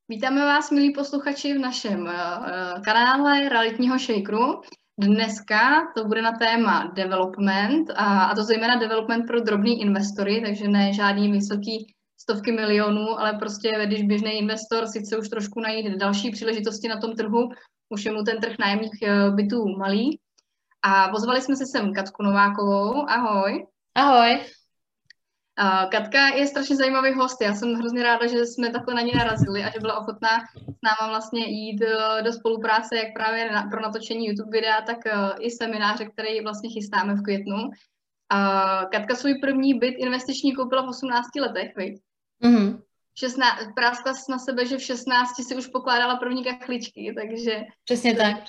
Vítáme vás, milí posluchači, v našem kanále Realitního shakeru. Dneska to bude na téma development, a to zejména development pro drobný investory, takže ne žádný vysoký stovky milionů, ale prostě když běžný investor si chce už trošku najít další příležitosti na tom trhu, už je mu ten trh nájemních bytů malý. A pozvali jsme se sem Katku Novákovou. Ahoj. Ahoj. Katka je strašně zajímavý host. Já jsem hrozně ráda, že jsme takhle na ní narazili a že byla ochotná s náma vlastně jít do spolupráce, jak právě pro natočení YouTube videa, tak i semináře, který vlastně chystáme v květnu. Katka svůj první byt investiční koupila v 18 letech, viď? Mm-hmm. Práskla na sebe, že v 16 si už pokládala první kachličky, takže... Přesně tak.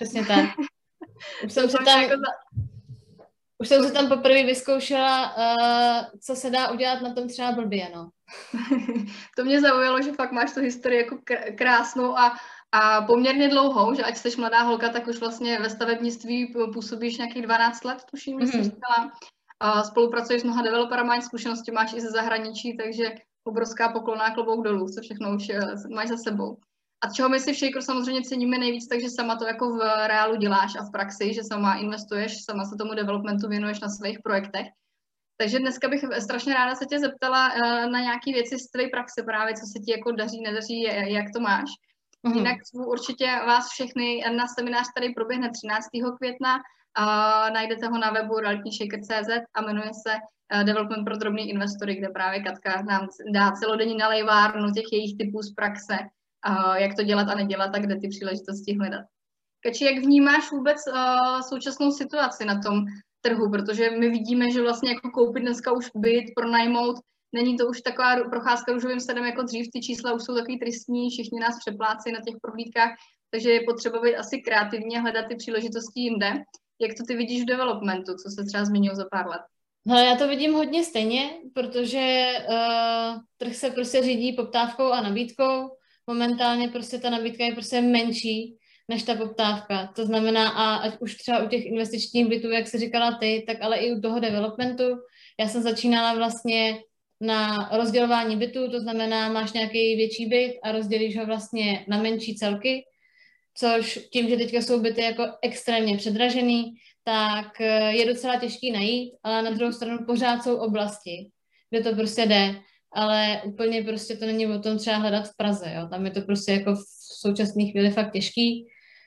Už jsem se tam poprvé vyzkoušela, co se dá udělat na tom třeba blbě, no. To mě zaujalo, že fakt máš tu historii jako krásnou a poměrně dlouhou, že ať jsi mladá holka, tak už vlastně ve stavebnictví působíš nějakých 12 let, tuším, že jsi říkala. Spolupracuješ s mnoha developerama, máš zkušenosti, máš i ze zahraničí, takže obrovská poklona, klobouk dolů, co všechno už máš za sebou. A čeho my si v Shakeru samozřejmě ceníme nejvíc, takže sama to jako v reálu děláš a v praxi, že sama investuješ, sama se tomu developmentu věnuješ na svých projektech. Takže dneska bych strašně ráda se tě zeptala na nějaké věci z tvé praxe právě, co se ti jako daří, nedaří, jak to máš. Jinak určitě vás všechny na seminář, který proběhne 13. května, najdete ho na webu realityshaker.cz a jmenuje se Development pro drobný investory, kde právě Katka nám dá celodenní nalejvárnu těch jejich typů z praxe, jak to dělat a nedělat a kde ty příležitosti hledat. Kači, jak vnímáš vůbec současnou situaci na tom trhu, protože my vidíme, že vlastně jako koupit dneska už byt, pronajmout, není to už taková procházka růžovým sadem jako dřív, ty čísla už jsou takový tristní, všichni nás přeplácí na těch prohlídkách, takže je potřeba být asi kreativně, hledat ty příležitosti jinde. Jak to ty vidíš v developmentu, co se třeba změnilo za pár let? No, já to vidím hodně stejně, protože trh se prostě řídí poptávkou a nabídkou. Momentálně prostě ta nabídka je prostě menší než ta poptávka. To znamená, a ať už třeba u těch investičních bytů, jak jsi říkala ty, tak ale i u toho developmentu. Já jsem začínala vlastně na rozdělování bytů, to znamená, máš nějaký větší byt a rozdělíš ho vlastně na menší celky, což tím, že teďka jsou byty jako extrémně předražený, tak je docela těžký najít, ale na druhou stranu pořád jsou oblasti, kde to prostě jde, ale úplně prostě to není o tom třeba hledat v Praze, jo. Tam je to prostě jako v současné chvíli fakt těžký.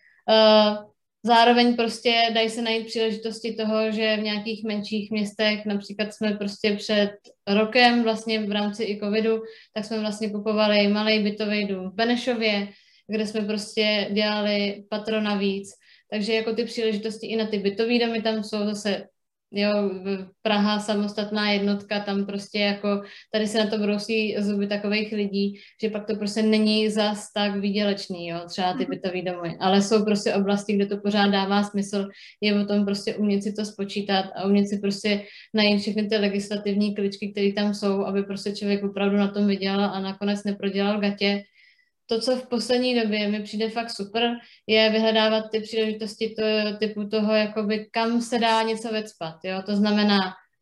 Zároveň prostě dají se najít příležitosti toho, že v nějakých menších městech, například jsme prostě před rokem vlastně v rámci i covidu, tak jsme vlastně kupovali malý bytový dům v Benešově, kde jsme prostě dělali patro navíc. Takže jako ty příležitosti i na ty bytový domy tam jsou zase, jo, Praha samostatná jednotka, tam prostě jako, tady se na to brousí zuby takových lidí, že pak to prostě není zas tak výdělečný, jo, třeba ty bytový domy, ale jsou prostě oblasti, kde to pořád dává smysl, je o tom prostě umět si to spočítat a umět si prostě najít všechny ty legislativní kličky, které tam jsou, aby prostě člověk opravdu na tom vydělal a nakonec neprodělal gatě. To, co v poslední době mi přijde fakt super, je vyhledávat ty příležitosti typu toho, jakoby kam se dá něco vecpat, jo, to znamená,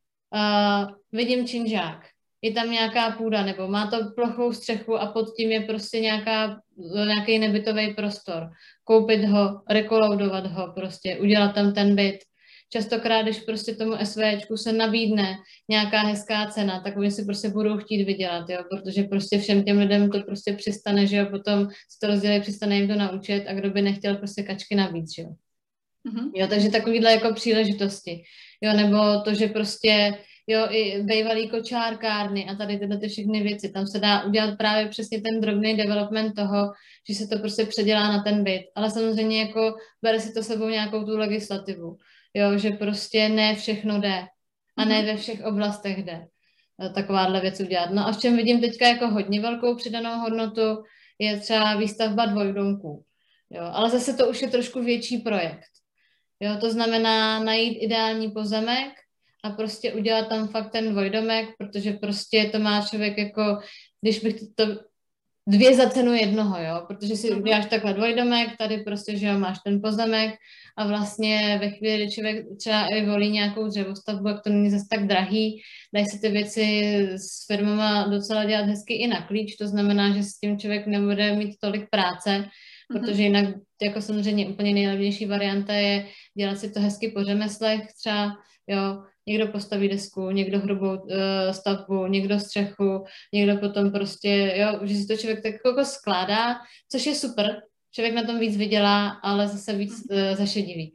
vidím činžák, je tam nějaká půda, nebo má to plochou střechu a pod tím je prostě nějaký nebytový prostor, koupit ho, rekoloudovat ho prostě, udělat tam ten byt. Častokrát, když prostě tomu SVčku se nabídne nějaká hezká cena, tak oni si prostě budou chtít vydělat, jo, protože prostě všem těm lidem to prostě přistane, že jo, potom si to rozdělí, přistane jim to na účet a kdo by nechtěl prostě kačky navíc, že jo. Jo, takže takovýhle jako příležitosti, jo, nebo to, že prostě, jo, i bývalý kočárkárny a tady tyhle ty všechny věci, tam se dá udělat právě přesně ten drobný development toho, že se to prostě předělá na ten byt, ale samozřejmě jako bere si to sebou nějakou tu legislativu. Jo, že prostě ne všechno jde a ne ve všech oblastech jde takováhle věc udělat. No a v čem vidím teďka jako hodně velkou přidanou hodnotu, je třeba výstavba dvojdomků. Jo, ale zase to už je trošku větší projekt. Jo, to znamená najít ideální pozemek a prostě udělat tam fakt ten dvojdomek, protože prostě to má člověk jako, když bych to 2 za cenu jednoho, jo, protože si uděláš takhle dvojdomek, tady prostě, že jo, máš ten pozemek a vlastně ve chvíli, kdy člověk třeba i volí nějakou dřevostavbu, jak to není zase tak drahý, dají se ty věci s firmama docela dělat hezky i na klíč, to znamená, že s tím člověk nebude mít tolik práce, protože jinak jako samozřejmě úplně nejlevnější varianta je dělat si to hezky po řemeslech třeba, jo, někdo postaví desku, někdo hrubou stavbu, někdo střechu, někdo potom prostě, jo, že si to člověk tak jako skládá, což je super, člověk na tom víc vydělá, ale zase víc zašediví.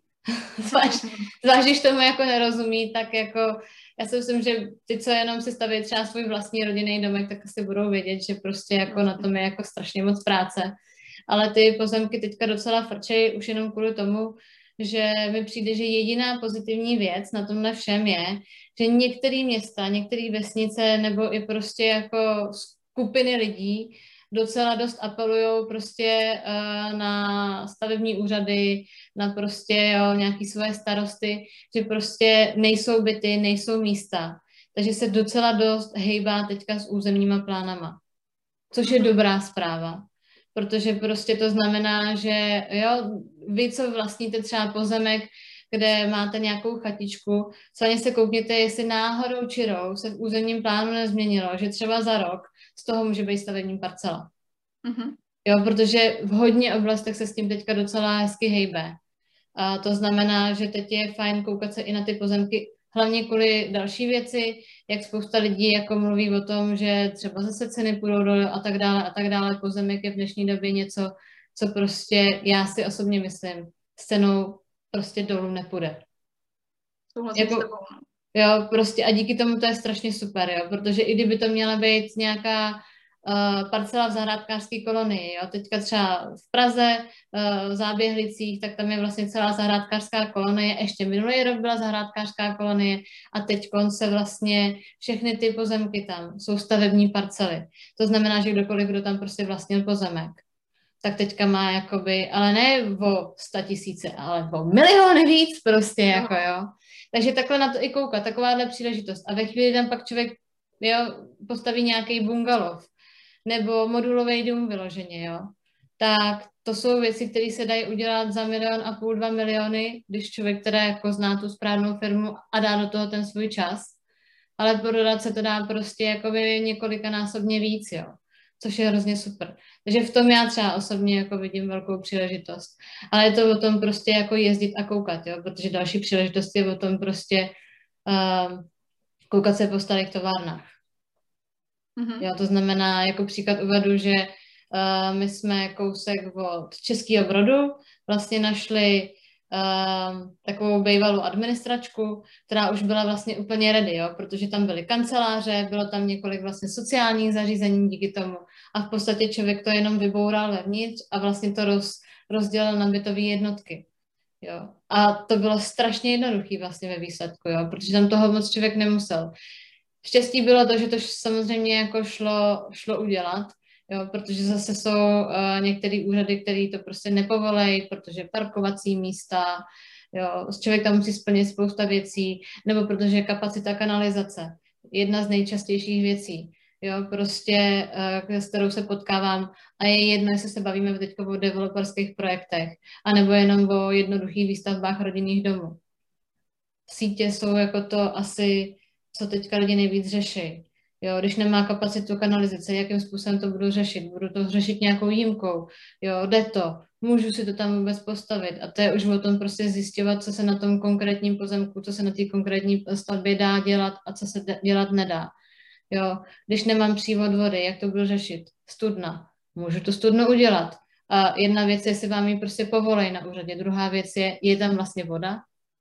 Zvlášť, když tomu jako nerozumí, tak jako já si myslím, že ty, co jenom si staví třeba svůj vlastní rodinný domek, tak asi budou vědět, že prostě jako na tom je jako strašně moc práce. Ale ty pozemky teďka docela frčej už jenom kvůli tomu, že mi přijde, že jediná pozitivní věc na tomhle všem je, že některé města, některé vesnice nebo i prostě jako skupiny lidí docela dost apelujou prostě na stavební úřady, na prostě jo, nějaký svoje starosty, že prostě nejsou byty, nejsou místa. Takže se docela dost hejbá teďka s územníma plánama, což je dobrá zpráva. Protože prostě to znamená, že jo, vy, co vlastníte třeba pozemek, kde máte nějakou chatičku, svaně se koukněte, jestli náhodou čirou se v územním plánu nezměnilo, že třeba za rok z toho může být stavební parcela. Jo, protože v hodně oblastech se s tím teďka docela hezky hejbe. A to znamená, že teď je fajn koukat se i na ty pozemky, hlavně kvůli další věci, jak spousta lidí jako mluví o tom, že třeba zase ceny půjdou dolů a tak dále. Pozemek je v dnešní době něco, co prostě já si osobně myslím, s cenou prostě dolů nepůjde. Jako, jo, prostě a díky tomu to je strašně super, jo, protože i kdyby to měla být nějaká parcela v zahrádkářské kolonii. Jo. Teďka třeba v Praze, v Záběhlicích, tak tam je vlastně celá zahrádkářská kolonie. Ještě minulý rok byla zahrádkářská kolonie a teď se vlastně všechny ty pozemky tam jsou stavební parcely. To znamená, že kdokoliv, kdo tam prostě vlastnil pozemek, tak teďka má jakoby, ale ne o 100 000, ale o miliony víc prostě, jako jo. Takže takhle na to i koukat, takováhle příležitost. A ve chvíli tam pak člověk postaví nějaký bungalov, nebo modulový dům vyloženě, jo. Tak to jsou věci, které se dají udělat za 1,5 milionu, 2 miliony, když člověk teda jako zná tu správnou firmu a dá do toho ten svůj čas. Ale prodat se to dá prostě jakoby několikanásobně víc, jo. Což je hrozně super. Takže v tom já třeba osobně jako vidím velkou příležitost. Ale je to o tom prostě jako jezdit a koukat, jo, protože další příležitost je o tom prostě koukat se po starých továrnách. Jo, to znamená, jako příklad uvedu, že my jsme kousek od Českého Brodu vlastně našli takovou bývalou administračku, která už byla vlastně úplně ready, jo, protože tam byly kanceláře, bylo tam několik vlastně sociálních zařízení díky tomu a v podstatě člověk to jenom vyboural vevnitř a vlastně to rozdělil na bytové jednotky. Jo. A to bylo strašně jednoduchý vlastně ve výsledku, jo, protože tam toho moc člověk nemusel. Štěstí bylo to, že to samozřejmě jako šlo udělat, jo, protože zase jsou některé úřady, které to prostě nepovolejí, protože parkovací místa, jo, člověk tam musí splnit spousta věcí, nebo protože kapacita kanalizace, jedna z nejčastějších věcí, jo, prostě, s kterou se potkávám a je jedno, jestli se bavíme teď o developerských projektech, anebo jenom o jednoduchých výstavbách rodinných domů. Sítě jsou jako to asi, co teďka lidi nejvíc řeší. Jo, když nemá kapacitu kanalizace, jakým způsobem to budu řešit? Budu to řešit nějakou jímkou, jo, jde to, můžu si to tam vůbec postavit a to je už o tom prostě zjišťovat, co se na tom konkrétním pozemku, co se na té konkrétní stavbě dá dělat a co se dělat nedá. Jo, když nemám přívod vody, jak to budu řešit? Studna. Můžu tu studnu udělat. A jedna věc je, jestli vám ji prostě povolej na úřadě, druhá věc je tam vlastně voda?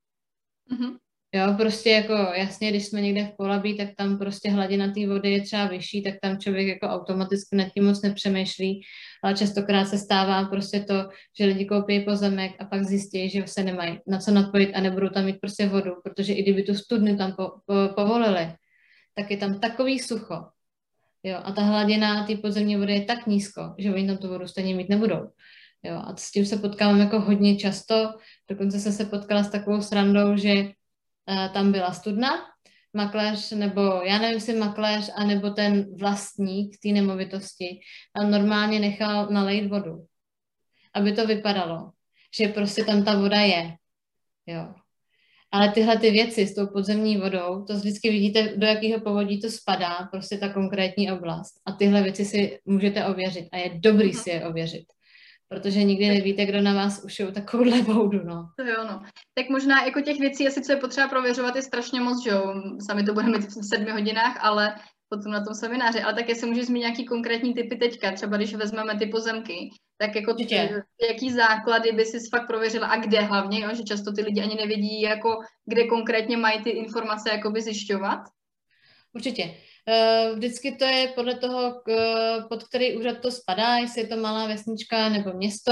Jo, prostě jako jasně, když jsme někde v Polabí, tak tam prostě hladina té vody je třeba vyšší, tak tam člověk jako automaticky nad tím moc nepřemýšlí, ale častokrát se stává prostě to, že lidi koupí pozemek a pak zjistí, že se nemají na co napojit a nebudou tam mít prostě vodu, protože i kdyby tu studnu tam povolili, tak je tam takový sucho, jo, a ta hladina té podzemní vody je tak nízko, že oni tam tu vodu stejně mít nebudou. Jo, a s tím se potkávám jako hodně často, dokonce jsem se potkala s takovou srandou, že tam byla studna, makléř, nebo já nevím, jestli makléř, anebo ten vlastník té nemovitosti tam normálně nechal nalejt vodu, aby to vypadalo, že prostě tam ta voda je, jo. Ale tyhle ty věci s tou podzemní vodou, to vždycky vidíte, do jakého povodí to spadá, prostě ta konkrétní oblast. A tyhle věci si můžete ověřit a je dobrý si je ověřit. Protože nikdy nevíte, kdo na vás ušijou takovouhle boudu, no. To jo, no. Tak možná jako těch věcí asi, co je potřeba prověřovat, je strašně moc, že jo. Sami to budeme mít v 7 hodinách, ale potom na tom semináři. Ale tak jestli můžeš zmínit nějaký konkrétní typy teďka, třeba když vezmeme ty pozemky, tak jako jaký základy by si fakt prověřila a kde hlavně, jo? Že často ty lidi ani nevědí, jako kde konkrétně mají ty informace jakoby zjišťovat. Určitě. Vždycky to je podle toho, pod který úřad to spadá, jestli je to malá vesnička nebo město.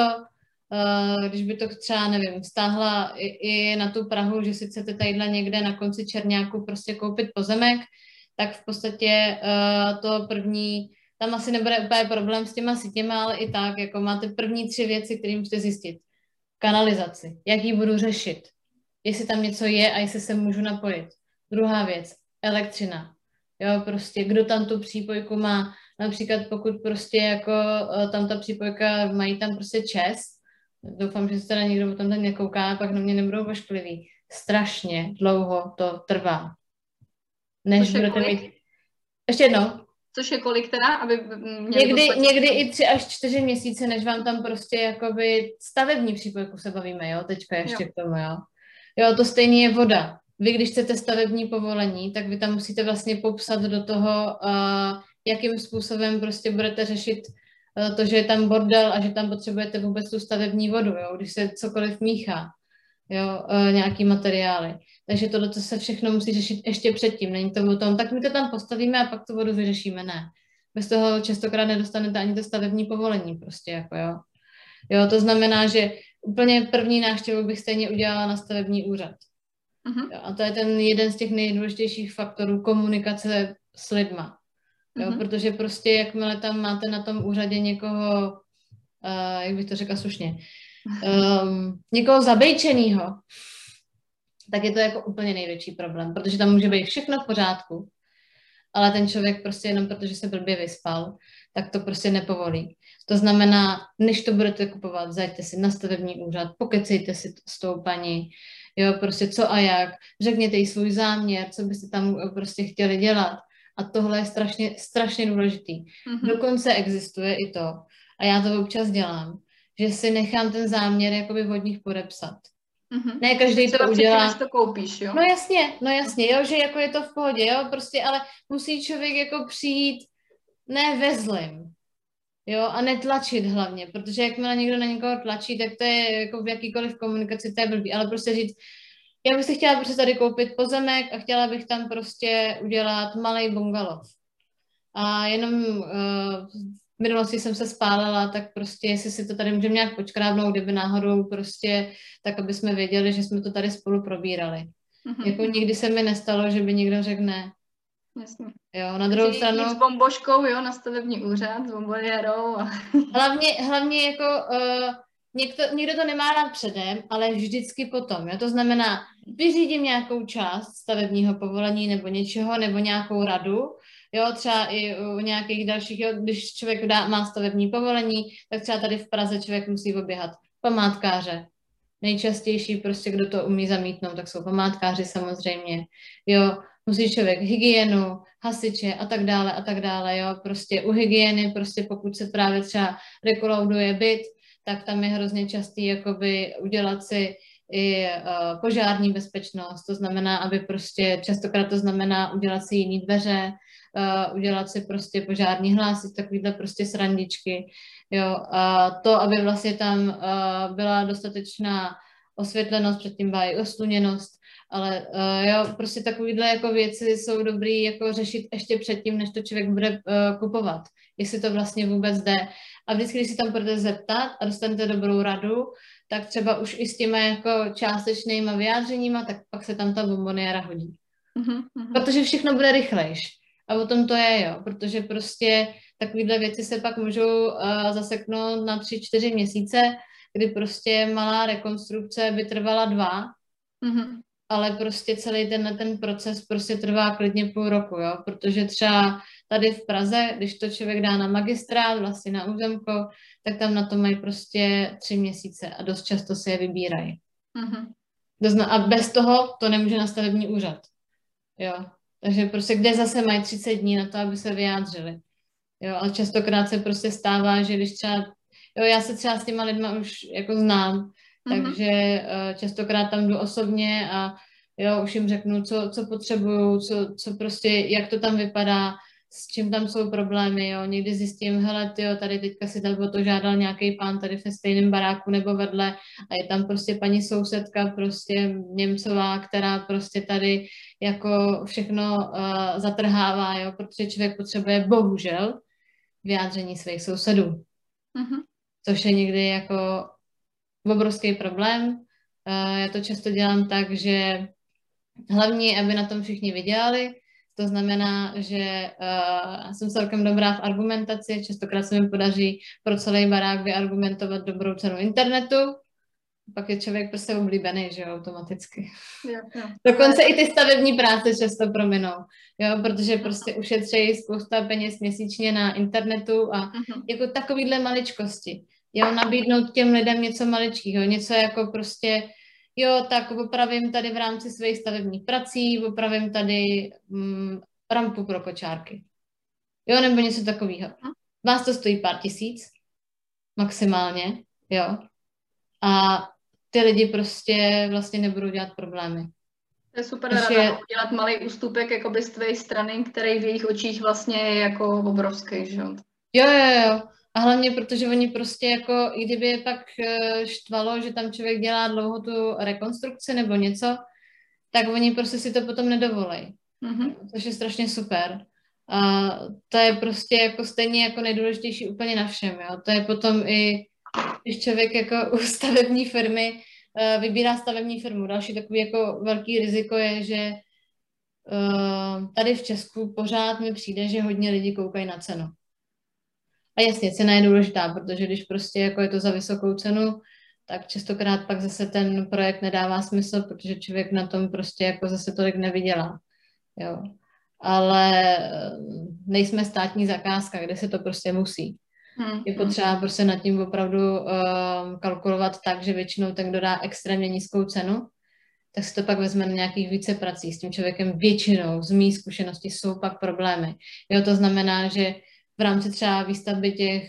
Když by to třeba, nevím, stáhla i na tu Prahu, že si chcete tadyhle někde na konci Černáku prostě koupit pozemek, tak v podstatě to první, tam asi nebude úplně problém s těma sítěma, ale i tak, jako máte první 3 věci, které musíte zjistit. Kanalizaci, jak ji budu řešit, jestli tam něco je a jestli se můžu napojit. Druhá věc, elektřina. Jo, prostě kdo tam tu přípojku má, například pokud prostě jako tam ta přípojka, mají tam prostě ČEZ, doufám, že se teda nikdo o tom tam nekouká, pak na mě nebudou oškliví. Strašně dlouho to trvá. Než budete mít... Ještě jednou. Což je kolik teda? Aby někdy i 3 až 4 měsíce, než vám tam prostě jakoby stavební přípojku se bavíme, jo, teďka ještě k tomu, jo. Jo, to stejně je voda. Vy, když chcete stavební povolení, tak vy tam musíte vlastně popsat do toho, jakým způsobem prostě budete řešit to, že je tam bordel a že tam potřebujete vůbec tu stavební vodu, jo, když se cokoliv míchá, jo, nějaký materiály. Takže tohle se všechno musí řešit ještě předtím, není to o tom, tak my to tam postavíme a pak tu vodu vyřešíme, ne. Bez toho častokrát nedostanete ani to stavební povolení prostě, jako jo. Jo, to znamená, že úplně první návštěvu bych stejně udělala na stavební úřad. Jo, a to je ten jeden z těch nejdůležitějších faktorů komunikace s lidma. Jo, protože prostě jakmile tam máte na tom úřadě někoho, jak bych to řekla slušně, někoho zabejčenýho, tak je to jako úplně největší problém, protože tam může být všechno v pořádku, ale ten člověk prostě jenom protože se blbě vyspal, tak to prostě nepovolí. To znamená, než to budete kupovat, zajďte si na stavební úřad, pokecejte si s tou paní, jo, prostě co a jak, řekněte jí svůj záměr, co byste tam prostě chtěli dělat. A tohle je strašně, strašně důležitý. Dokonce existuje i to, a já to občas dělám, že si nechám ten záměr jakoby od nich podepsat. Ne každý to udělá. Než to koupíš, jo? No jasně, jo, že jako je to v pohodě, jo, prostě, ale musí člověk jako přijít ne ve zlým, jo, a netlačit hlavně, protože jakmile někdo na někoho tlačí, tak to je jako v jakýkoliv komunikaci, to je blbý, ale prostě říct, já bych si chtěla prostě tady koupit pozemek a chtěla bych tam prostě udělat malej bungalov. A jenom v minulosti jsem se spálila, tak prostě jestli si to tady můžeme nějak počkrábnout, kdyby náhodou prostě, tak aby jsme věděli, že jsme to tady spolu probírali. Jako nikdy se mi nestalo, že by někdo řekl ne. Jasně. Jo, na druhou stranu... S bomboškou, jo, na stavební úřad, s bomboniérou. A... hlavně jako... Někdo to nemá rád předem, ale vždycky potom. Jo? To znamená, vyřídím nějakou část stavebního povolení nebo něčeho, nebo nějakou radu, jo? Třeba i u nějakých dalších, jo? Když člověk má stavební povolení, tak třeba tady v Praze člověk musí oběhat památkáře. Nejčastější prostě, kdo to umí zamítnout, tak jsou památkáři samozřejmě. Jo? Musí člověk hygienu, hasiče a tak dále, jo? Prostě u hygieny, prostě pokud se právě třeba rekolauduje byt, tak tam je hrozně častý jakoby udělat si i požární bezpečnost, to znamená, aby prostě, častokrát to znamená udělat si jiný dveře, udělat si prostě požární hlásit, takovýhle prostě srandičky, jo, a to, aby vlastně tam byla dostatečná osvětlenost, předtím byla i osluněnost, ale jo, prostě takovýhle jako věci jsou dobrý jako řešit ještě předtím, než to člověk bude kupovat, jestli to vlastně vůbec jde. A vždycky, když si tam budete zeptat a dostanete dobrou radu, tak třeba už i s těma jako částečnýma vyjádřeníma, tak pak se tam ta bomboniéra hodí. Protože všechno bude rychlejš. A o tom to je, jo, protože prostě takovýhle věci se pak můžou zaseknout na 3-4 měsíce, kdy prostě malá rekonstrukce by trvala 2. ale prostě celý ten proces prostě trvá klidně půl roku, jo, protože třeba tady v Praze, když to člověk dá na magistrát, vlastně na územko, tak tam na to mají prostě 3 měsíce a dost často se je vybírají. A bez toho to nemůže na stavební úřad, jo. Takže prostě kde zase mají 30 dní na to, aby se vyjádřili. Jo, ale častokrát se prostě stává, že když třeba, jo, já se třeba s těma lidma už jako znám, takže častokrát tam jdu osobně a jo, už jim řeknu, co potřebuju, co prostě, jak to tam vypadá, s čím tam jsou problémy, jo, někdy zjistím, hele, tyjo, tady teďka si tady o to žádal nějaký pán tady ve stejném baráku nebo vedle a je tam prostě paní sousedka, prostě Němcová, která prostě tady jako všechno zatrhává, jo, protože člověk potřebuje bohužel vyjádření svých sousedů. Což je někdy jako obrovský problém. Já to často dělám tak, že hlavně, aby na tom všichni vydělali, to znamená, že jsem celkem dobrá v argumentaci, častokrát se mi podaří pro celý barák vyargumentovat dobrou cenu internetu, pak je člověk prostě oblíbený, že jo, automaticky. Jo. Dokonce i ty stavební práce často prominou, jo, protože prostě ušetřejí spousta peněz měsíčně na internetu a jako takovýhle maličkosti. Jo, nabídnout těm lidem něco maličkého, něco jako prostě, jo, tak opravím tady v rámci svých stavebních prací, opravím tady rampu pro kočárky. Jo, nebo něco takového. Vás to stojí pár tisíc, maximálně, jo. A ty lidi prostě vlastně nebudou dělat problémy. To je super rada, udělat malý ústupek jakoby z tvé strany, který v jejich očích vlastně je jako obrovský, že jo? Jo. A hlavně, protože oni prostě jako, i kdyby je pak štvalo, že tam člověk dělá dlouho tu rekonstrukci nebo něco, tak oni prostě si to potom nedovolej. Což je strašně super. A to je prostě jako stejně jako nejdůležitější úplně na všem, jo. To je potom i, když člověk jako u stavební firmy vybírá stavební firmu. Další takový jako velký riziko je, že tady v Česku pořád mi přijde, že hodně lidí koukají na cenu. A jasně, cena je důležitá, protože když prostě jako je to za vysokou cenu, tak častokrát pak zase ten projekt nedává smysl, protože člověk na tom prostě jako zase tolik nevydělá. Jo. Ale nejsme státní zakázka, kde se to prostě musí. Je potřeba prostě nad tím opravdu kalkulovat tak, že většinou ten, kdo dá extrémně nízkou cenu, tak si to pak vezme na nějakých více prací. S tím člověkem většinou z mý zkušenosti jsou pak problémy. Jo, to znamená, že v rámci třeba výstavby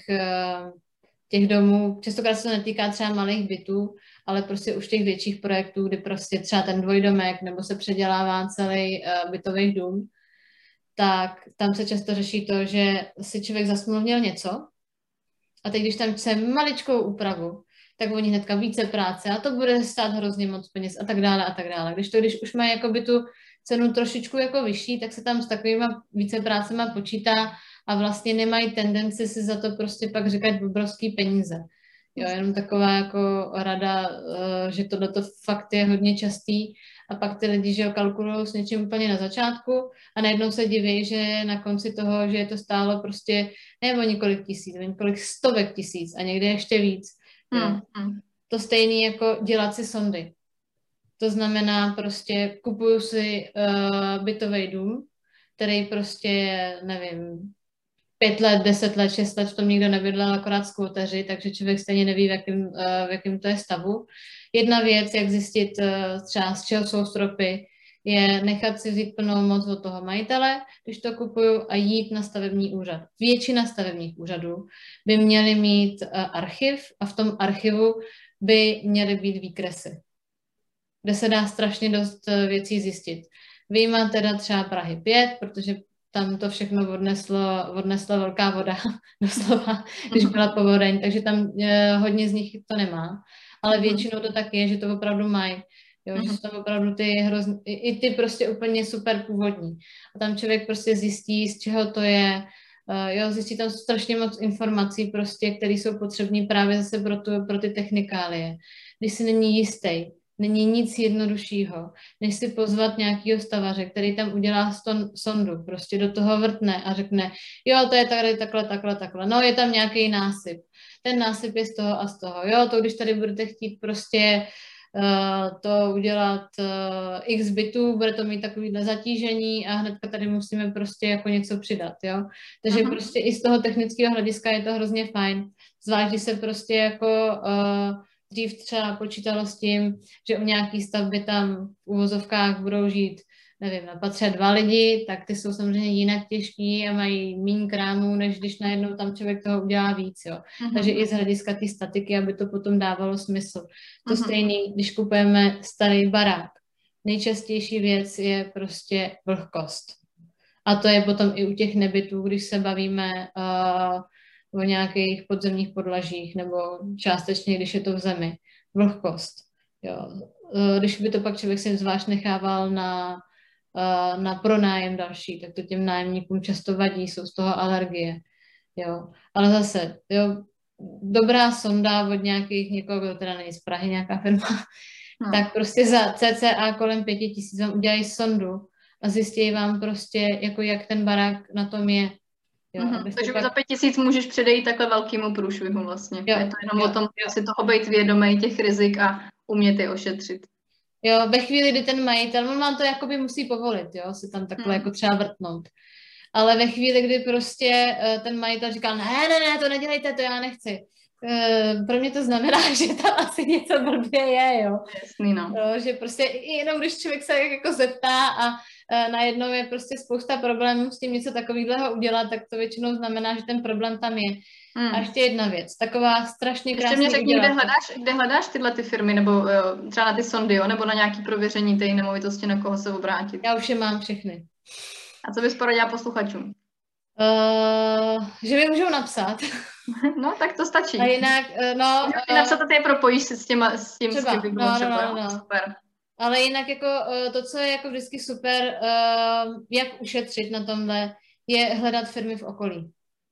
těch domů, častokrát se to netýká třeba malých bytů, ale prostě už těch větších projektů, kdy prostě třeba ten dvojdomek nebo se předělává celý bytový dům, tak tam se často řeší to, že si člověk zasmluvnil něco a teď, když tam chce maličkou úpravu, tak oni hnedka více práce a to bude stát hrozně moc peněz a tak dále a tak dále. Když už mají jakoby tu cenu trošičku jako vyšší, tak se tam s takovýma více prácema počítá a vlastně nemají tendenci si za to prostě pak říkat obrovský peníze. Jo, jenom taková jako rada, že tohleto fakt je hodně častý a pak ty lidi, že ho kalkulují s něčím úplně na začátku a najednou se diví, že na konci toho, že je to stálo prostě ne o několik tisíc, o několik stovek tisíc a někde ještě víc. To stejný jako dělat si sondy. To znamená prostě kupuju si bytový dům, který prostě je, nevím, 5 let, 10 let, 6 let v tom nikdo nebydlel, akorát skvoteři, takže člověk stejně neví, v jakém to je stavu. Jedna věc, jak zjistit třeba z čeho jsou stropy, je nechat si vzít plnou moc od toho majitele, když to kupuju, a jít na stavební úřad. Většina stavebních úřadů by měly mít archiv a v tom archivu by měly být výkresy, kde se dá strašně dost věcí zjistit. Vyjma teda třeba Prahy 5, protože tam to všechno odnesla velká voda, doslova, když byla povodeň, takže tam hodně z nich to nemá. Ale většinou to tak je, že to opravdu mají. Jo, že jsou tam opravdu i ty prostě úplně super původní. A tam člověk prostě zjistí, z čeho to je, jo, zjistí tam strašně moc informací prostě, které jsou potřebné právě zase pro ty technikálie. Když si není jistý, není nic jednoduššího, než si pozvat nějakýho stavaře, který tam udělá sondu, prostě do toho vrtne a řekne, jo, to je tady takhle, no je tam nějaký násyp, ten násyp je z toho a z toho, jo, to když tady budete chtít prostě to udělat x bitů, bude to mít takovýhle zatížení a hnedka tady musíme prostě jako něco přidat, jo. Takže prostě i z toho technického hlediska je to hrozně fajn. Zvlášť, když se prostě jako dřív třeba počítalo s tím, že u nějaký stavby tam v uvozovkách budou žít, nevím, na patře 2 lidi, tak ty jsou samozřejmě jinak těžký a mají méně krámů, než když najednou tam člověk toho udělá víc, jo. Takže i z hlediska té statiky, aby to potom dávalo smysl. To stejný, když kupujeme starý barák. Nejčastější věc je prostě vlhkost. A to je potom i u těch nebytů, když se bavíme o nějakých podzemních podlažích nebo částečně, když je to v zemi. Vlhkost. Jo. Když by to pak člověk si zvlášť nechával na pronájem další, tak to těm nájemníkům často vadí, jsou z toho alergie. Jo. Ale zase, jo, dobrá sonda od někoho, kdo teda není z Prahy, nějaká firma, tak prostě za cca kolem 5 000 vám udělají sondu a zjistí vám prostě, jako jak ten barák na tom je. Jo, takže pak za 5 000 můžeš předejít takhle velkému průšvihu vlastně. Jo, je to jenom o tom, si toho být vědomý těch rizik a umět je ošetřit. Jo, ve chvíli, kdy ten majitel, on vám to jakoby musí povolit, jo, si tam takhle jako třeba vrtnout. Ale ve chvíli, kdy prostě ten majitel říkal, ne, to nedělejte, to já nechci. Pro mě to znamená, že tam asi něco blbě je, jo. Jasný, no. Jo, že prostě jenom když člověk se jako zeptá a najednou je prostě spousta problémů s tím něco takového udělat, tak to většinou znamená, že ten problém tam je. A ještě jedna věc, taková strašně krásná. Ještě mě řekni, kde hledáš tyhle ty firmy, nebo třeba na ty sondy, jo, nebo na nějaké prověření té nemovitosti, na koho se obrátit? Já už je mám všechny. A co bys poradila posluchačům? Že mi můžou napsat. No, tak to stačí. A jinak, no... Můžu napsat a ty je propojíš si s tím by bylo třeba. No. Super. Ale jinak jako to, co je jako vždycky super, jak ušetřit na tomhle, je hledat firmy v okolí.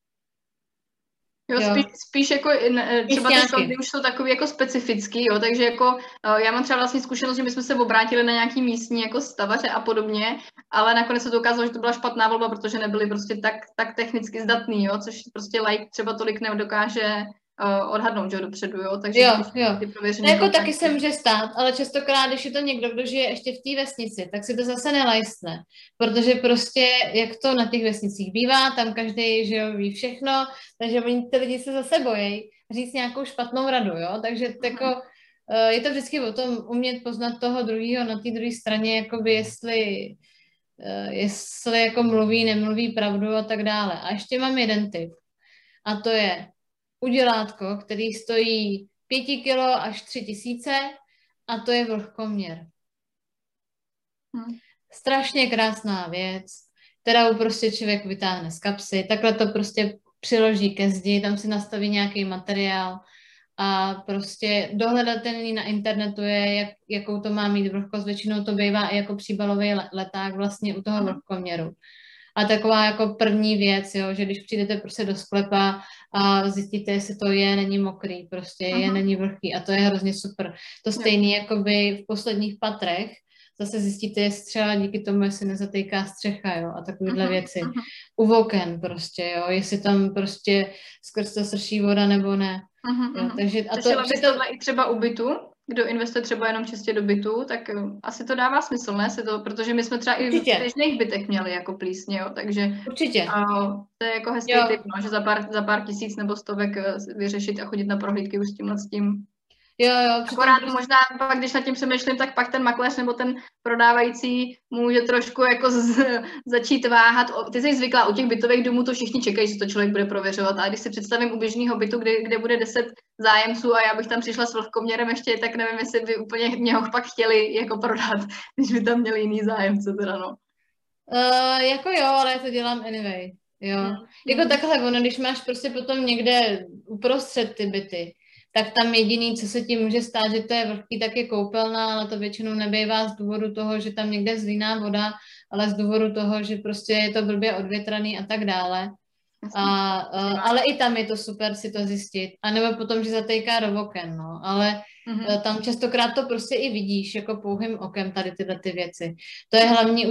Jo, spíš jako třeba ty sondy už jsou takový jako specifický, jo, takže jako já mám třeba vlastně zkušenost, že my jsme se obrátili na nějaký místní jako stavaře a podobně, ale nakonec se to ukázalo, že to byla špatná volba, protože nebyli prostě tak technicky zdatný, jo, což prostě like třeba tolik nedokáže odhadnout, že dopředu, jo, takže jo. Jako taky se může stát, ale častokrát, když je to někdo, kdo žije ještě v té vesnici, tak si to zase nelajstne, protože prostě, jak to na těch vesnicích bývá, tam každý, že jo, ví všechno, takže oni ty lidi se zase bojí říct nějakou špatnou radu, jo, takže jako je to vždycky o tom umět poznat toho druhého na té druhé straně, jakoby jestli jako mluví, nemluví pravdu a tak dále. A ještě mám jeden tip, a to je udělátko, který stojí 5 kilo až 3 000 a to je vlhkoměr. Strašně krásná věc, kterou prostě člověk vytáhne z kapsy, takhle to prostě přiloží ke zdi, tam si nastaví nějaký materiál a prostě dohledatelný na internetu je, jakou to má mít vlhkost, většinou to bývá i jako příbalový leták vlastně u toho vlhkoměru. A taková jako první věc, jo, že když přijdete prostě do sklepa a zjistíte, jestli to není mokrý, prostě není vlhký a to je hrozně super. To stejné jakoby v posledních patrech, zase zjistíte, jestli třeba díky tomu, jestli nezatýká střecha, jo, a takovéhle věci. U oken prostě, jo, jestli tam prostě skrz to srší voda nebo ne. Jo, takže a tohle i třeba u bytu, kdo investuje třeba jenom čistě do bytu, tak asi to dává smysl, ne? Protože my jsme třeba i v běžných bytech měli jako plísně, jo, takže určitě. To je jako hezký tip, no, že za pár tisíc nebo stovek vyřešit a chodit na prohlídky už s tím. Jo. Akorát možná pak, když nad tím přemýšlím, tak pak ten makléř nebo ten prodávající může trošku jako začít váhat. Ty jsi zvyklá, u těch bytových domů to všichni čekají, že to člověk bude prověřovat. A když si představím u běžného bytu, kde bude 10 zájemců a já bych tam přišla s vlhkoměrem ještě, tak nevím, jestli by úplně mě ho pak chtěli jako prodat, když by tam měli jiný zájemce teda, no. Jako jo, ale já to dělám anyway. Jo. Jako takhle, ono, když máš prostě potom někde uprostřed ty byty, tak tam jediný, co se tím může stát, že to je vlhký, tak je koupelna, ale to většinou nebývá z důvodu toho, že tam někde zlíná voda, ale z důvodu toho, že prostě je to blbě odvětraný a tak dále. Ale i tam je to super si to zjistit. A nebo potom, že zatejká do oken, no. Ale tam častokrát to prostě i vidíš, jako pouhým okem tady tyhle ty věci. To je hlavně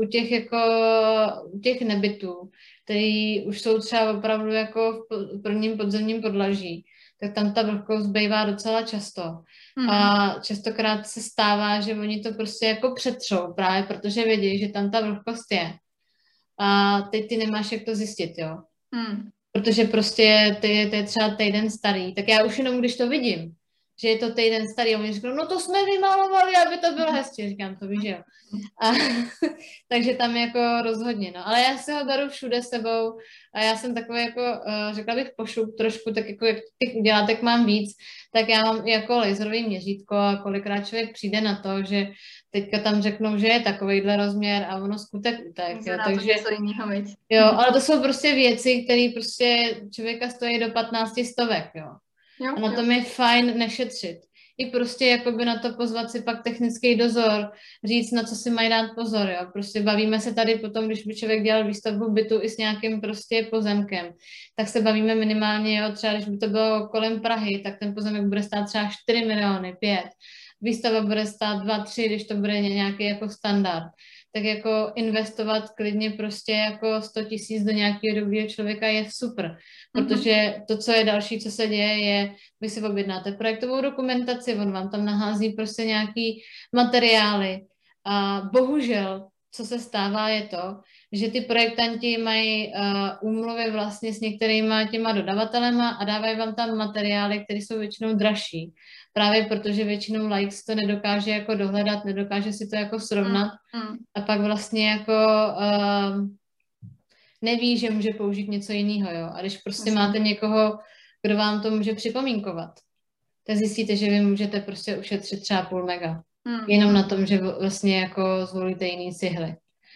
u těch nebytů, který už jsou třeba opravdu jako v prvním podzemním podlaží. tak tam ta vlhkost bývá docela často. A častokrát se stává, že oni to prostě jako přetřou právě, protože vědí, že tam ta vlhkost je. A teď ty nemáš jak to zjistit, jo. Protože prostě to je třeba týden starý, tak já už jenom, když to vidím, že je to týden starý, a oni říkají, no to jsme vymalovali, aby to bylo hezčí. Říkám, to víš, jo. A, takže tam jako rozhodně, no. Ale já si ho beru všude s sebou a já jsem takový jako, řekla bych pošup trošku, tak jako jak těch udělátek mám víc, tak já mám i jako laserový měřítko a kolikrát člověk přijde na to, že teďka tam řeknou, že je takovejhle rozměr a ono skutek utek. Takže, jo, ale to jsou prostě věci, které prostě člověka stojí do 15 stovek, jo. A na tom je fajn nešetřit. I prostě jakoby na to pozvat si pak technický dozor, říct, na co si mají dát pozor, jo. Prostě bavíme se tady potom, když by člověk dělal výstavbu bytu i s nějakým prostě pozemkem, tak se bavíme minimálně, jo, třeba když by to bylo kolem Prahy, tak ten pozemek bude stát třeba 4 miliony, 5. Výstava bude stát 2, 3, když to bude nějaký jako standard. Tak jako investovat klidně prostě jako 100 000 do nějakého dobrého člověka je super, protože to, co je další, co se děje, je, vy si objednáte projektovou dokumentaci, on vám tam nahází prostě nějaký materiály a bohužel, co se stává, je to, že ty projektanti mají úmluvy vlastně s některýma těma dodavatelema a dávají vám tam materiály, které jsou většinou dražší. Právě protože většinou likes to nedokáže jako dohledat, nedokáže si to jako srovnat a pak vlastně jako neví, že může použít něco jiného, jo. A když prostě máte někoho, kdo vám to může připomínkovat, tak zjistíte, že vy můžete prostě ušetřit třeba 0,5 mega. Jenom na tom, že vlastně jako zvolíte jiný cihly.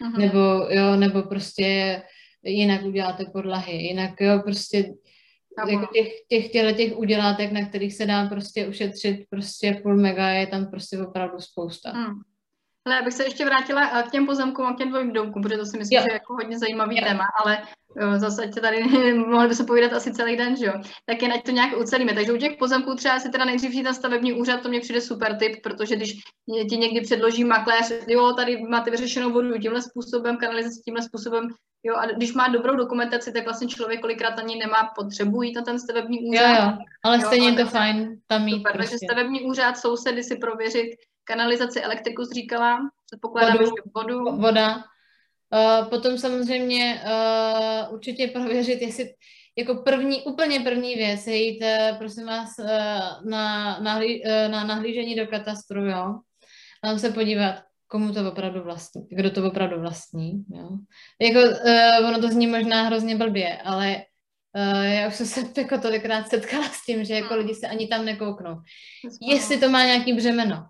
Nebo prostě jinak uděláte podlahy, jinak jo, prostě jako těch udělátek, na kterých se dá prostě ušetřit prostě 0,5 mega, je tam prostě opravdu spousta. Ale já bych se ještě vrátila k těm pozemkům a k těm dvojím domkům, protože to si myslím, že je jako hodně zajímavý téma, ale zase ať tady mohli by se povídat asi celý den, že jo. Tak jen ať to nějak ucelíme. Takže u těch pozemků třeba si teda nejdřív přijít na stavební úřad, to mě přijde super tip, protože když ti někdy předloží makléř, jo, tady máte vyřešenou vodu tímhle způsobem, kanalizaci tímhle způsobem, jo, a když má dobrou dokumentaci, tak vlastně člověk kolikrát ani nemá potřebu jít na ten stavební úřad. Jo, ale stejně je to fajn tam mít. Super, prostě. Takže stavební úřad, sousedy si prověřit, kanalizaci, elektriku jsi říkala, předpokládám, že vodu. Voda. Potom samozřejmě určitě prověřit, jestli jako úplně první věc je jít, prosím vás, na nahlížení do katastru, jo. Tam se podívat, komu to opravdu vlastní, kdo to opravdu vlastní, jo. Jako, ono to zní možná hrozně blbě, ale já už jsem se jako tolikrát setkala s tím, že jako lidi se ani tam nekouknou. Jestli to má nějaký břemeno.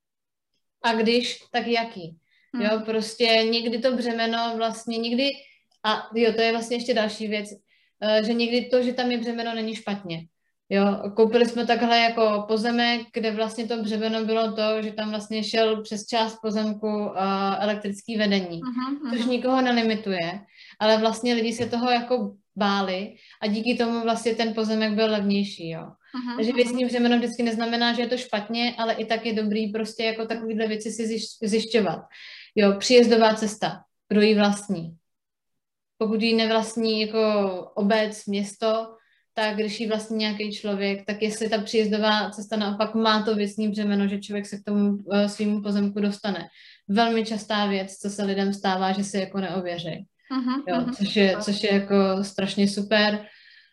A když, tak jaký? Jo, prostě někdy to břemeno vlastně, a jo, to je vlastně ještě další věc, že někdy to, že tam je břemeno, není špatně. Jo, koupili jsme takhle jako pozemek, kde vlastně to břemeno bylo to, že tam vlastně šel přes část pozemku elektrický vedení, což nikoho nelimituje, ale vlastně lidi se toho jako báli a díky tomu vlastně ten pozemek byl levnější, jo. Takže věcný břemeno vždycky neznamená, že je to špatně, ale i tak je dobrý prostě jako takovýhle věci si zjišťovat. Jo, příjezdová cesta, kdo ji vlastní. Pokud ji nevlastní jako obec, město, tak když ji vlastní nějaký člověk, tak jestli ta příjezdová cesta naopak má to věcný břemeno, že člověk se k tomu svýmu pozemku dostane. Velmi častá věc, co se lidem stává, že se jako neověří. Jo, což je jako strašně super.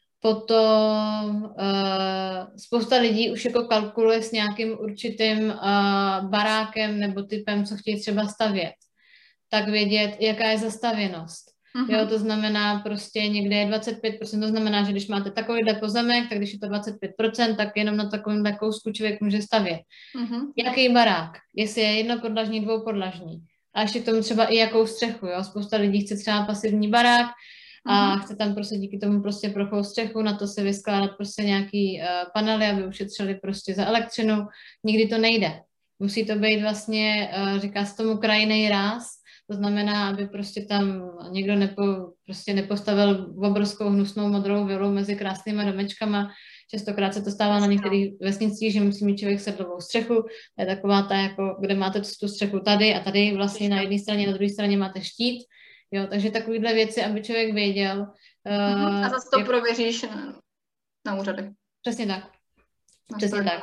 Potom spousta lidí už jako kalkuluje s nějakým určitým barákem nebo typem, co chtějí třeba stavět. Tak vědět, jaká je zastavěnost. Jo, to znamená prostě někde je 25%, to znamená, že když máte takovýhle pozemek, tak když je to 25%, tak jenom na takovýmhle kousku člověk může stavět. Jaký barák? Jestli je jednopodlažní, dvoupodlažní. A ještě k tomu třeba i jakou střechu, jo. Spousta lidí chce třeba pasivní barák a chce tam prostě díky tomu prostě plochou střechu, na to se vyskládat prostě nějaký panely, aby ušetřili prostě za elektřinu. Nikdy to nejde. Musí to být vlastně, říká se tomu krajinný ráz, to znamená, aby prostě tam někdo nepostavil obrovskou hnusnou modrou vilu mezi krásnýma domečkama. Častokrát se to stává na některých vesnicích, že musí mít člověk sedlovou střechu. To je taková ta, jako, kde máte tu střechu tady a tady vlastně na jedné straně, na druhé straně máte štít. Jo, takže takovýhle věci, aby člověk věděl. A zase to prověříš na úřadech. Přesně tak. Přesně tak.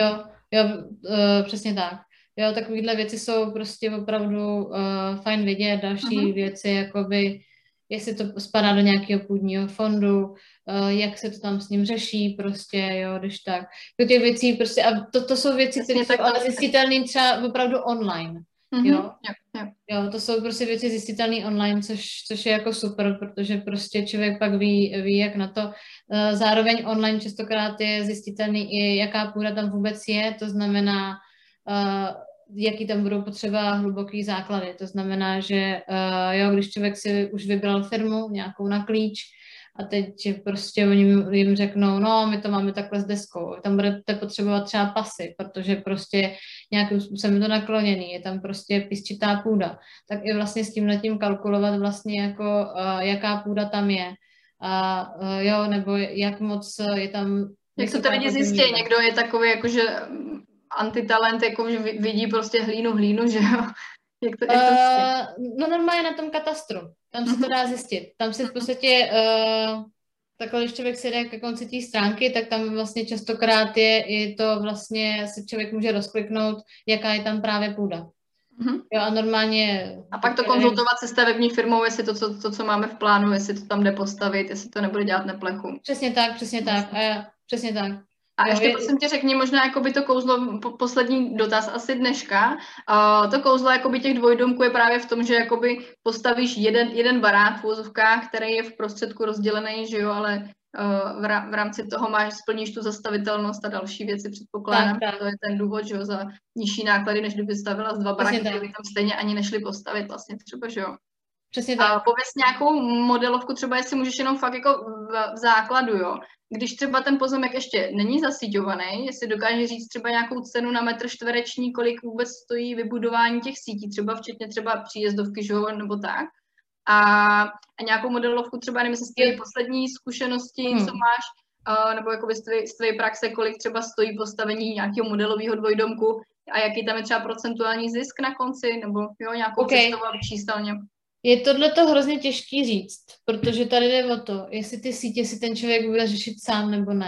Přesně tak. Jo, takovýhle věci jsou prostě opravdu fajn vidět. Další věci, jakoby, jestli to spadá do nějakého půdního fondu, jak se to tam s ním řeší, prostě, jo, když tak. Do těch věcí prostě, a to jsou věci, které jsou ale zjistitelné třeba opravdu online. Jo? Jo, to jsou prostě věci zjistitelné online, což je jako super, protože prostě člověk pak ví, jak na to. Zároveň online častokrát je zjistitelný i jaká půda tam vůbec je, to znamená, jaký tam budou potřeba hluboký základy. To znamená, že jo, když člověk si už vybral firmu nějakou na klíč a teď prostě oni jim řeknou, no, my to máme takhle s deskou, tam budete potřebovat třeba pasy, protože prostě nějakým způsobem je to nakloněný, je tam prostě písčitá půda, tak i vlastně s tímhletím kalkulovat vlastně jako, jaká půda tam je, a jo, nebo jak moc je tam... Jak to ty lidi zjistí, někdo je takový jakože antitalent, jako že vidí prostě hlínu, že jo? Jak to no normálně na tom katastru, tam se to dá zjistit. Tam se v podstatě, takhle když člověk se jde ke konci té stránky, tak tam vlastně častokrát je i to vlastně, se člověk může rozkliknout, jaká je tam právě půda. Jo, a normálně... A pak to konzultovat se stavební firmou, jestli to, co máme v plánu, jestli to tam jde postavit, jestli to nebude dělat na plechu. Přesně tak. Přesně tak. A ještě prosím tě řekni možná jakoby to kouzlo, poslední dotaz asi dneška. To kouzlo jakoby těch dvojdomků je právě v tom, že jakoby postavíš jeden barák v úzovkách, který je v prostředku rozdělený, že jo, ale v rámci toho splníš tu zastavitelnost a další věci, předpokládám. Tak. To je ten důvod, že jo, za nižší náklady, než kdyby stavila z 2 baráky, které by tam stejně ani nešli postavit vlastně třeba, že jo. Přesně tak. Pověz nějakou modelovku, třeba jestli můžeš jenom fakt jako v základu, jo. Když třeba ten pozemek ještě není zasíťovaný, jestli dokáže říct třeba nějakou cenu na metr čtvereční, kolik vůbec stojí vybudování těch sítí, třeba včetně třeba příjezdovky, že jo, nebo tak. A nějakou modelovku třeba, nevím, jestli z tvé poslední zkušenosti, co máš, nebo jakoby z tvé praxe, kolik třeba stojí postavení nějakého modelového dvojdomku a jaký tam je třeba procentuální zisk na konci, nebo jo, nějakou představu číselně. Je tohleto hrozně těžký říct, protože tady jde o to, jestli ty sítě si ten člověk bude řešit sám nebo ne.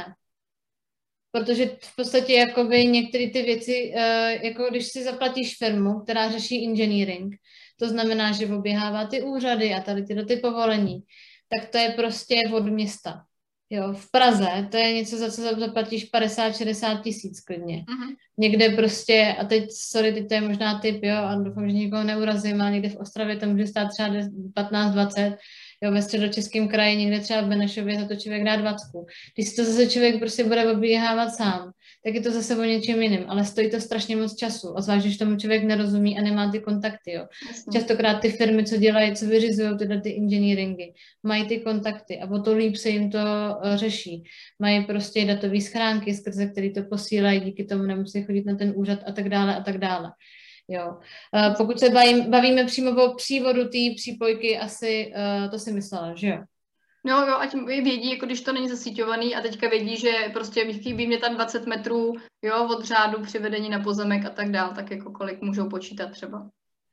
Protože v podstatě jakoby některé ty věci, jako když si zaplatíš firmu, která řeší engineering, to znamená, že oběhává ty úřady a tady ty povolení, tak to je prostě od města. Jo, v Praze to je něco, za co zaplatíš 50-60 tisíc klidně. Někde prostě, a teď, sorry, teď to je možná tip, jo, a doufám, že nikoho neurazím, ale někde v Ostravě to může stát třeba 15-20, jo, ve Středočeském kraji, někde třeba v Benešově za to člověk dá 20. Když si to zase člověk prostě bude oběhávat sám, tak je to zase o něčem jiným, ale stojí to strašně moc času, a zvlášť, když tomu člověk nerozumí a nemá ty kontakty, jo. Častokrát ty firmy, co dělají, co vyřizují tyhle ty engineeringy, mají ty kontakty a o to líp se jim to řeší. Mají prostě datové schránky, skrze který to posílají, díky tomu nemusí chodit na ten úřad a tak dále a tak dále. Jo. Pokud se bavíme přímo o přívodu té přípojky, asi to si myslela, že jo? No jo, ať vědí, jako když to není zasíťovaný a teďka vědí, že prostě chybí mě tam 20 metrů, jo, od řádu přivedení na pozemek a tak dál, tak jako kolik můžou počítat třeba?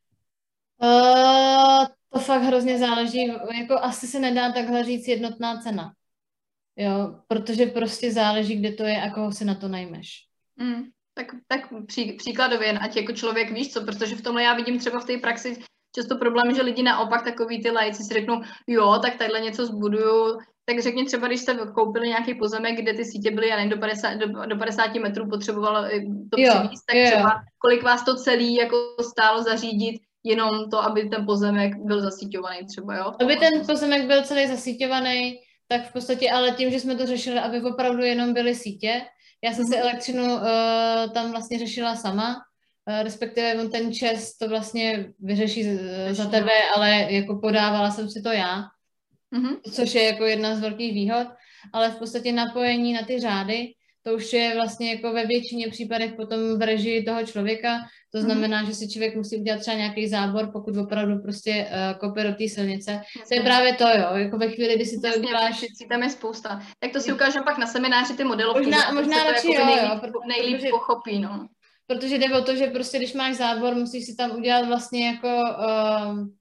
To fakt hrozně záleží, jako asi se nedá takhle říct jednotná cena, jo, protože prostě záleží, kde to je a koho si na to najmeš. Tak příkladově, ať jako člověk víš co, protože v tomhle já vidím třeba v té praxi často problém, že lidi naopak takový ty laici si řeknou, jo, tak tadyhle něco zbuduju, tak řekni třeba, když jste koupili nějaký pozemek, kde ty sítě byly, já nevím, do 50 metrů potřeboval to přivízt, tak třeba kolik vás to celý jako stálo zařídit, jenom to, aby ten pozemek byl zasíťovaný třeba, jo? Aby ten pozemek byl celý zasíťovaný, tak v podstatě, ale tím, že jsme to řešili, aby opravdu jenom byly sítě, já jsem si elektřinu tam vlastně řešila sama, respektive on ten ČEZ to vlastně vyřeší za tebe, ale jako podávala jsem si to já, což je jako jedna z velkých výhod, ale v podstatě napojení na ty řády, to už je vlastně jako ve většině případech potom v režii toho člověka, to znamená, že si člověk musí udělat třeba nějaký zábor, pokud opravdu prostě kope do té silnice. To je právě to, jo, jako ve chvíli, kdy si to uděláš. Tam je spousta. Tak to si ukážeme pak na semináři ty modelovky. Možná radši jo, nejlíp pochopí, no. Protože jde o to, že prostě když máš zábor, musíš si tam udělat vlastně jako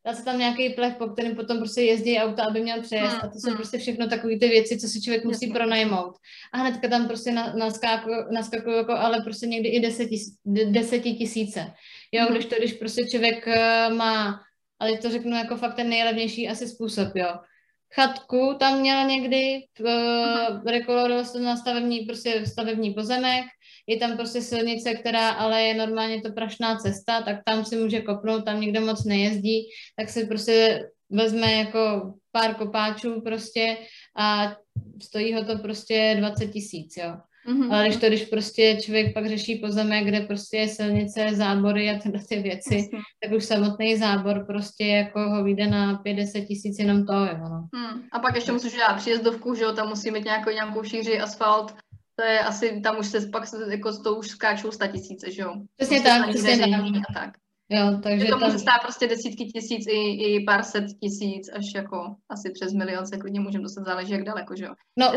dá se tam nějaký plech, po kterém potom prostě jezdí auta, aby měl přejezd a to jsou prostě všechno takové ty věci, co si člověk musí pronajmout. A hnedka tam prostě naskakují jako, ale prostě někdy i 10 tisíce. Jo, když prostě člověk má, ale to řeknu jako fakt ten nejlevnější asi způsob, jo. Chatku tam měla někdy, rekoloroval na stavební pozemek, je tam prostě silnice, která ale je normálně to prašná cesta, tak tam si může kopnout, tam nikdo moc nejezdí, tak si prostě vezme jako pár kopáčů prostě a stojí ho to prostě 20 tisíc, jo. Ale když prostě člověk pak řeší pozemek, kde prostě je silnice, zábory a tyhle ty věci, tak už samotný zábor prostě jako ho vyjde na 50 tisíc jenom to, jo. No. A pak ještě musíš dělat příjezdovku, že jo, tam musí mít nějakou šíři asfalt, to je asi, tam už se pak jako s tou už skáčou 100 tisíce, že jo. Přesně tak, přesně tak. Jo, takže to může stát prostě desítky tisíc i pár set tisíc, až jako asi přes milion se klidně můžeme dostat, záleží jak daleko, že jo. No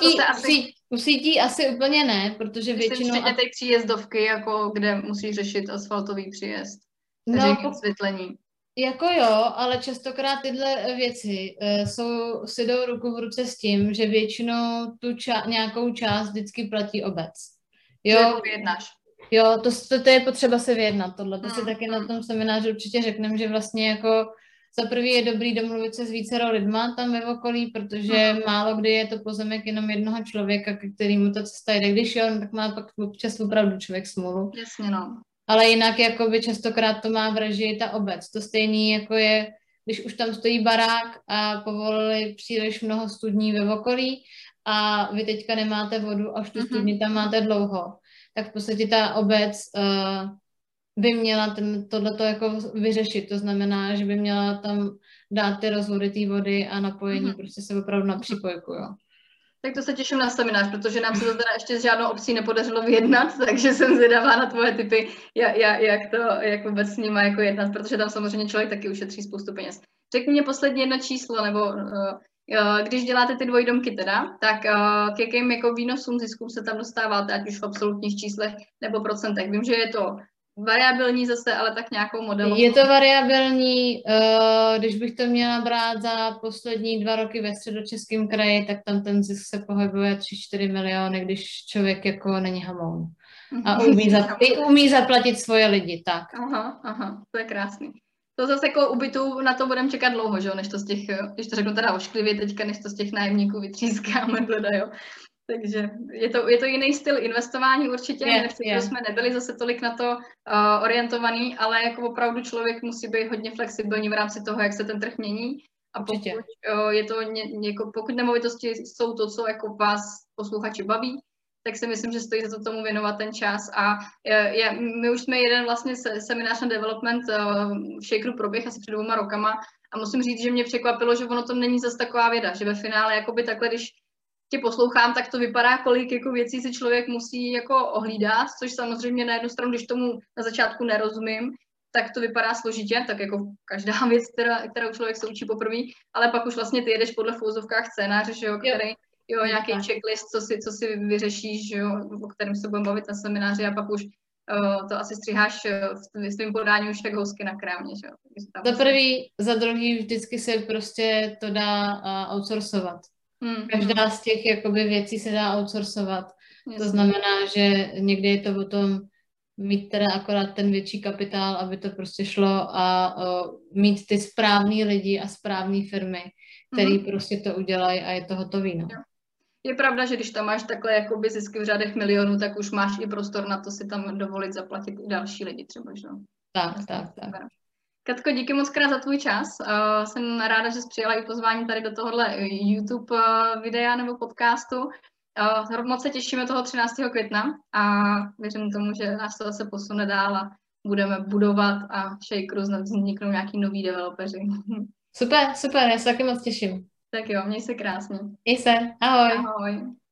u sítí asi úplně ne, protože většinou... Myslím, ty příjezdovky, jako kde musíš řešit asfaltový příjezd, osvětlení. Jako jo, ale častokrát tyhle věci si jdou ruku v ruce s tím, že většinou nějakou část vždycky platí obec. Jo, jako vyjednáš. Jo, to je potřeba se vyjednat tohle. To si taky na tom semináři určitě řekneme, že vlastně jako za prvý je dobrý domluvit se s vícero lidma tam ve okolí, protože málo kdy je to pozemek jenom jednoho člověka, ke kterému ta cesta jde. Když jo, tak má pak občas opravdu člověk smůlu. Jasně, no. Ale jinak jakoby častokrát to má v režii ta obec. To stejný jako je, když už tam stojí barák a povolili příliš mnoho studní ve okolí a vy teďka nemáte vodu a už tu studni tam máte dlouho, tak v podstatě ta obec by měla tohleto jako vyřešit. To znamená, že by měla tam dát ty rozvody té vody a napojení prostě se opravdu na přípojku, jo. Tak to se těším na seminář, protože nám se to teda ještě s žádnou obcí nepodařilo vyjednat, takže jsem zvědavá na tvoje tipy, jak vůbec s nima jako jednat, protože tam samozřejmě člověk taky ušetří spoustu peněz. Řekni mě poslední jedno číslo, nebo když děláte ty dvojdomky teda, tak k jakým jako výnosům, ziskům se tam dostáváte, ať už v absolutních číslech nebo procentech. Vím, že je to variabilní zase, ale tak nějakou modelovou. Je to variabilní, když bych to měla brát za poslední 2 roky ve Středočeském kraji, tak tam ten zisk se pohybuje 3-4 miliony, když člověk jako není hamoun. A umí zaplatit svoje lidi, tak. Aha, to je krásný. To zase jako u bytů na to budeme čekat dlouho, že jo, než to z těch, když to řeknu teda ošklivě teďka, než to z těch nájemníků vytřískáme, jo. Takže je to jiný styl investování určitě, jsme nebyli zase tolik na to orientovaný, ale jako opravdu člověk musí být hodně flexibilní v rámci toho, jak se ten trh mění. A pokud nemovitosti jsou to, co jako vás posluchači baví, tak si myslím, že stojí za to tomu věnovat ten čas. A my už jsme jeden vlastně seminář na development v Shakeru proběh asi před 2 rokama a musím říct, že mě překvapilo, že ono to není zase taková věda, že ve finále jakoby takhle, když tě poslouchám, tak to vypadá, kolik jako věcí si člověk musí jako ohlídat, což samozřejmě na jednu stranu, když tomu na začátku nerozumím, tak to vypadá složitě, tak jako každá věc, kterou člověk se učí poprvé, ale pak už vlastně ty jedeš podle v úzovkách scénáře, že jo, který nějaký checklist, co si vyřešíš, že jo, o kterém se budeme bavit na semináři a pak už to asi stříháš v svým podání už jak housky na krámě, že jo. Za prvý, za druhý vždycky se prostě to dá outsourcovat. Každá z těch jakoby věcí se dá outsourcovat. To znamená, že někdy je to o tom mít teda akorát ten větší kapitál, aby to prostě šlo a mít ty správný lidi a správný firmy, který prostě to udělají a je to hotový, no. Je pravda, že když tam máš takhle jakoby zisky v řádech milionů, tak už máš i prostor na to si tam dovolit zaplatit i další lidi třeba, že? Tak. Katko, díky moc krát za tvůj čas. Jsem ráda, že jsi přijala i pozvání tady do tohohle YouTube videa nebo podcastu. Moc se těšíme toho 13. května a věřím tomu, že nás to zase posune dál a budeme budovat a v Shakeru vzniknou nějaký nový developeři. Super, já se taky moc těším. Tak jo, měj se krásně. Měj se, ahoj. Ahoj.